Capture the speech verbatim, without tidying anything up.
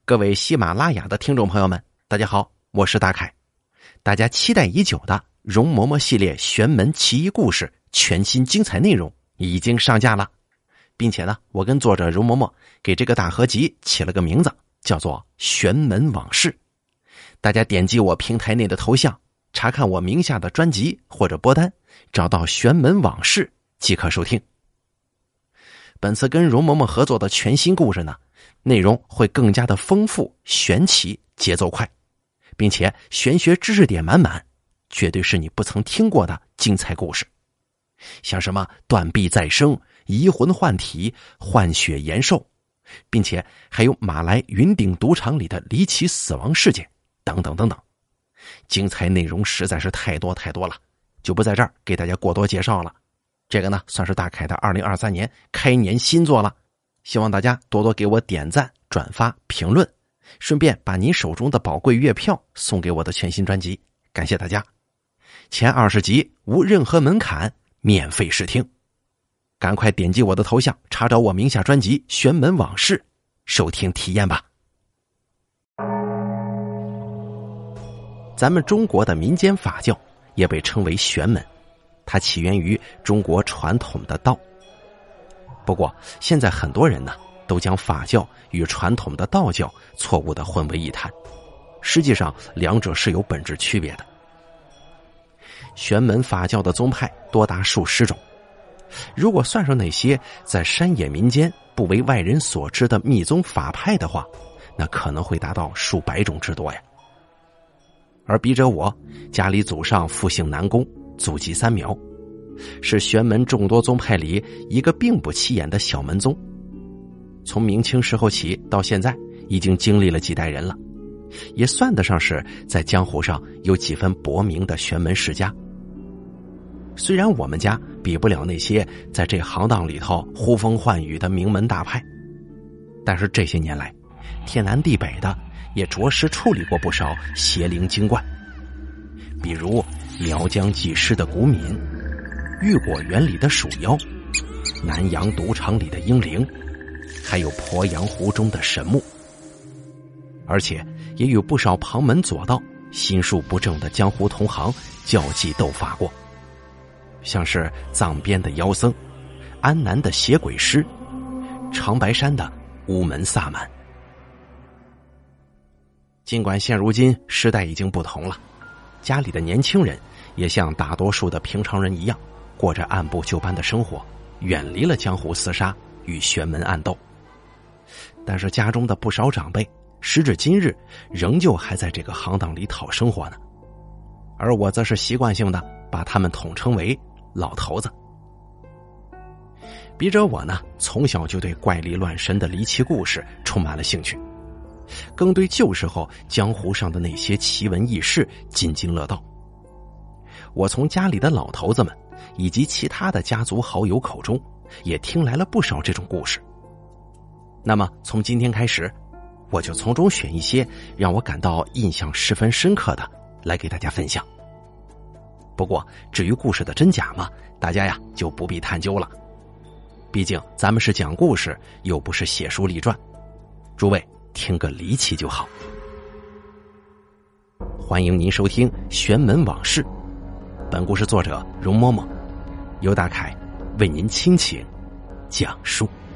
各位喜马拉雅的听众朋友们，大家好，我是大凯。大家期待已久的容嬷嬷系列玄门奇异故事全新精彩内容已经上架了，并且呢，我跟作者容嬷嬷给这个大合集起了个名字，叫做玄门往事。大家点击我平台内的头像，查看我名下的专辑或者播单，找到玄门往事即可收听。本次跟容嬷嬷合作的全新故事呢，内容会更加的丰富玄奇，节奏快，并且玄学知识点满满，绝对是你不曾听过的精彩故事。像什么断臂再生、移魂换体、换血延寿，并且还有马来云顶赌场里的离奇死亡事件等等等等，精彩内容实在是太多太多了，就不在这儿给大家过多介绍了。这个呢，算是大凯的二零二三年开年新作了，希望大家多多给我点赞、转发、评论，顺便把您手中的宝贵月票送给我的全新专辑，感谢大家。前二十集无任何门槛，免费试听，赶快点击我的头像，查找我名下专辑《玄门往事》，收听体验吧。咱们中国的民间法教也被称为玄门，它起源于中国传统的道。不过现在很多人呢，都将法教与传统的道教错误地混为一谈，实际上两者是有本质区别的。玄门法教的宗派多达数十种，如果算上那些在山野民间不为外人所知的密宗法派的话，那可能会达到数百种之多呀。而笔者我家里祖上复姓南宫，祖籍三苗，是玄门众多宗派里一个并不起眼的小门宗。从明清时候起到现在，已经经历了几代人了，也算得上是在江湖上有几分薄名的玄门世家。虽然我们家比不了那些在这行当里头呼风唤雨的名门大派，但是这些年来，天南地北的也着实处理过不少邪灵精怪，比如苗疆济师的古敏，玉果园里的鼠妖，南洋赌场里的英灵，还有鄱阳湖中的神木。而且也有不少旁门左道、心术不正的江湖同行交际斗法过，像是藏边的妖僧、安南的邪鬼师、长白山的乌门萨满。尽管现如今时代已经不同了，家里的年轻人也像大多数的平常人一样，过着按部就班的生活，远离了江湖厮杀与玄门暗斗。但是家中的不少长辈时至今日仍旧还在这个行当里讨生活呢，而我则是习惯性的把他们统称为老头子。笔者我呢，从小就对怪力乱神的离奇故事充满了兴趣，更对旧时候江湖上的那些奇闻异事津津乐道。我从家里的老头子们以及其他的家族好友口中也听来了不少这种故事。那么从今天开始，我就从中选一些让我感到印象十分深刻的来给大家分享。不过至于故事的真假嘛，大家呀就不必探究了，毕竟咱们是讲故事，又不是写书立传，诸位听个离奇就好。欢迎您收听《玄门往事》，本故事作者容嬷嬷，由大凯为您倾情讲述。